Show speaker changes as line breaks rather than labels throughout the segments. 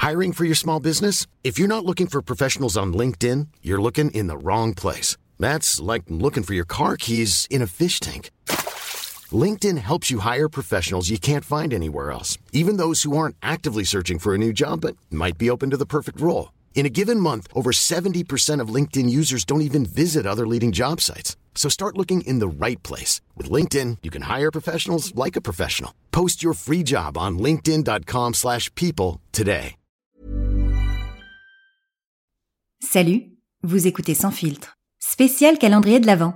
Hiring for your small business? If you're not looking for professionals on LinkedIn, you're looking in the wrong place. That's like looking for your car keys in a fish tank. LinkedIn helps you hire professionals you can't find anywhere else, even those who aren't actively searching for a new job but might be open to the perfect role. In a given month, over 70% of LinkedIn users don't even visit other leading job sites. So start looking in the right place. With LinkedIn, you can hire professionals like a professional. Post your free job on linkedin.com/people today.
Salut, vous écoutez Sans filtre. Spécial calendrier de l'Avent.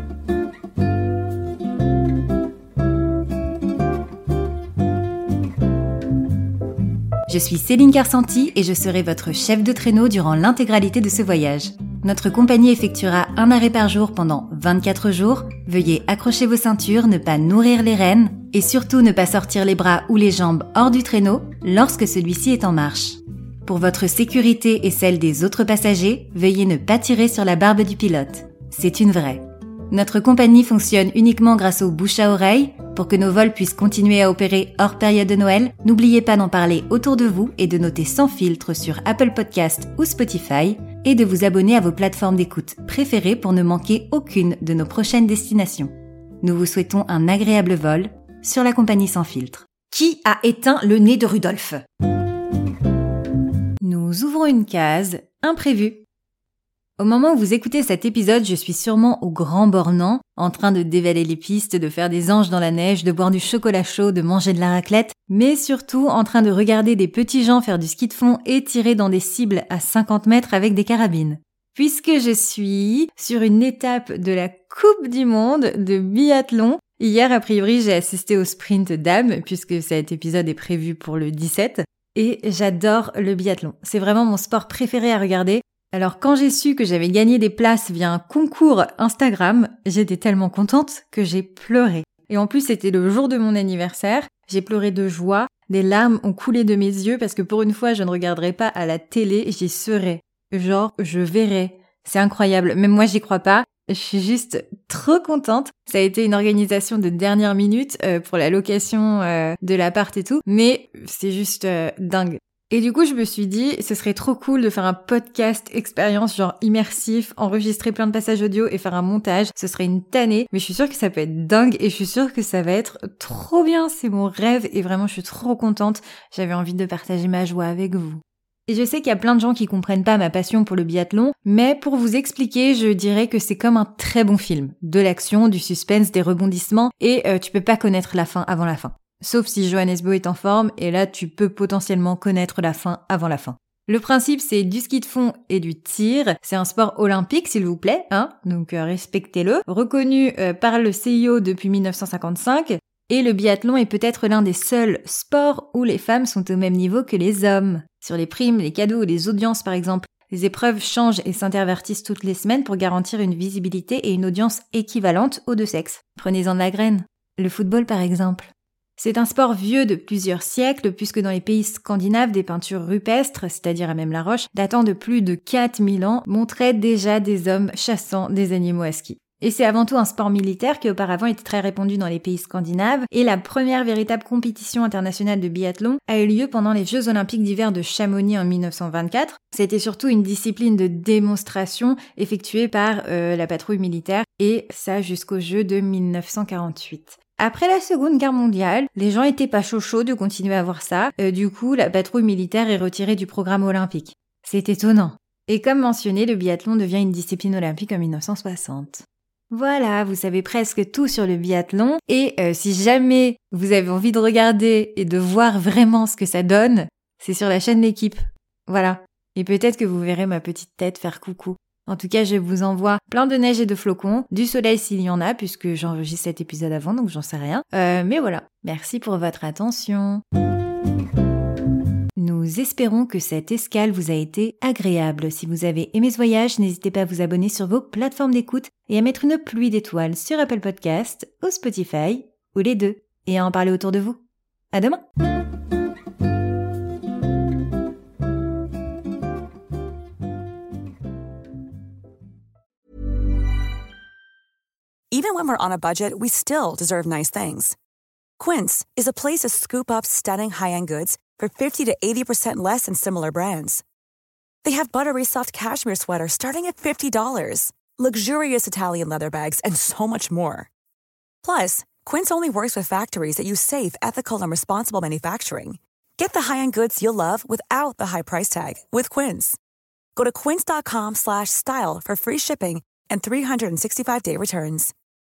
Je suis Céline Carsanti et je serai votre chef de traîneau durant l'intégralité de ce voyage. Notre compagnie effectuera un arrêt par jour pendant 24 jours. Veuillez accrocher vos ceintures, ne pas nourrir les rênes et surtout ne pas sortir les bras ou les jambes hors du traîneau lorsque celui-ci est en marche. Pour votre sécurité et celle des autres passagers, veuillez ne pas tirer sur la barbe du pilote. C'est une vraie. Notre compagnie fonctionne uniquement grâce au bouche à oreille. Pour que nos vols puissent continuer à opérer hors période de Noël, n'oubliez pas d'en parler autour de vous et de noter Sans filtre sur Apple Podcast ou Spotify et de vous abonner à vos plateformes d'écoute préférées pour ne manquer aucune de nos prochaines destinations. Nous vous souhaitons un agréable vol sur la compagnie Sans filtre.
Qui a éteint le nez de Rudolph ?
Nous ouvrons une case imprévue. Au moment où vous écoutez cet épisode, je suis sûrement au grand bornand, en train de dévaler les pistes, de faire des anges dans la neige, de boire du chocolat chaud, de manger de la raclette, mais surtout en train de regarder des petits gens faire du ski de fond et tirer dans des cibles à 50 mètres avec des carabines. Puisque je suis sur une étape de la Coupe du Monde de biathlon. Hier, a priori, j'ai assisté au sprint dames, puisque cet épisode est prévu pour le 17, et j'adore le biathlon. C'est vraiment mon sport préféré à regarder. Alors quand j'ai su que j'avais gagné des places via un concours Instagram, j'étais tellement contente que j'ai pleuré. Et en plus c'était le jour de mon anniversaire, j'ai pleuré de joie, des larmes ont coulé de mes yeux parce que pour une fois je ne regarderai pas à la télé, j'y serai. Genre je verrai. C'est incroyable, même moi j'y crois pas. Je suis juste trop contente. Ça a été une organisation de dernière minute pour la location de l'appart et tout, mais c'est juste dingue. Et du coup, je me suis dit, ce serait trop cool de faire un podcast expérience genre immersif, enregistrer plein de passages audio et faire un montage. Ce serait une tannée, mais je suis sûre que ça peut être dingue et je suis sûre que ça va être trop bien. C'est mon rêve et vraiment, je suis trop contente. J'avais envie de partager ma joie avec vous. Et je sais qu'il y a plein de gens qui comprennent pas ma passion pour le biathlon, mais pour vous expliquer, je dirais que c'est comme un très bon film. De l'action, du suspense, des rebondissements et tu peux pas connaître la fin avant la fin. Sauf si Johannes Bö est en forme, et là tu peux potentiellement connaître la fin avant la fin. Le principe c'est du ski de fond et du tir, c'est un sport olympique s'il vous plaît, donc respectez-le, reconnu par le CIO depuis 1955, et le biathlon est peut-être l'un des seuls sports où les femmes sont au même niveau que les hommes. Sur les primes, les cadeaux ou les audiences par exemple, les épreuves changent et s'intervertissent toutes les semaines pour garantir une visibilité et une audience équivalente aux deux sexes. Prenez-en de la graine. Le football par exemple. C'est un sport vieux de plusieurs siècles, puisque dans les pays scandinaves, des peintures rupestres, c'est-à-dire à même la roche, datant de plus de 4000 ans, montraient déjà des hommes chassant des animaux à ski. Et c'est avant tout un sport militaire qui auparavant était très répandu dans les pays scandinaves, et la première véritable compétition internationale de biathlon a eu lieu pendant les Jeux Olympiques d'hiver de Chamonix en 1924. C'était surtout une discipline de démonstration effectuée par la patrouille militaire, et ça jusqu'aux Jeux de 1948. Après la Seconde Guerre mondiale, les gens étaient pas chauds de continuer à voir ça. Du coup, la patrouille militaire est retirée du programme olympique. C'est étonnant. Et comme mentionné, le biathlon devient une discipline olympique en 1960. Voilà, vous savez presque tout sur le biathlon. Et si jamais vous avez envie de regarder et de voir vraiment ce que ça donne, c'est sur la chaîne L'Équipe. Voilà. Et peut-être que vous verrez ma petite tête faire coucou. En tout cas, je vous envoie plein de neige et de flocons, du soleil s'il y en a, puisque j'enregistre cet épisode avant, donc j'en sais rien. Mais voilà, merci pour votre attention. Nous espérons que cette escale vous a été agréable. Si vous avez aimé ce voyage, n'hésitez pas à vous abonner sur vos plateformes d'écoute et à mettre une pluie d'étoiles sur Apple Podcast ou Spotify, ou les deux, et à en parler autour de vous. À demain!
Even when we're on a budget, we still deserve nice things. Quince is a place to scoop up stunning high-end goods for 50 to 80% less than similar brands. They have buttery soft cashmere sweaters starting at $50, luxurious Italian leather bags, and so much more. Plus, Quince only works with factories that use safe, ethical, and responsible manufacturing. Get the high-end goods you'll love without the high price tag with Quince. Go to quince.com/style for free shipping and 365-day returns.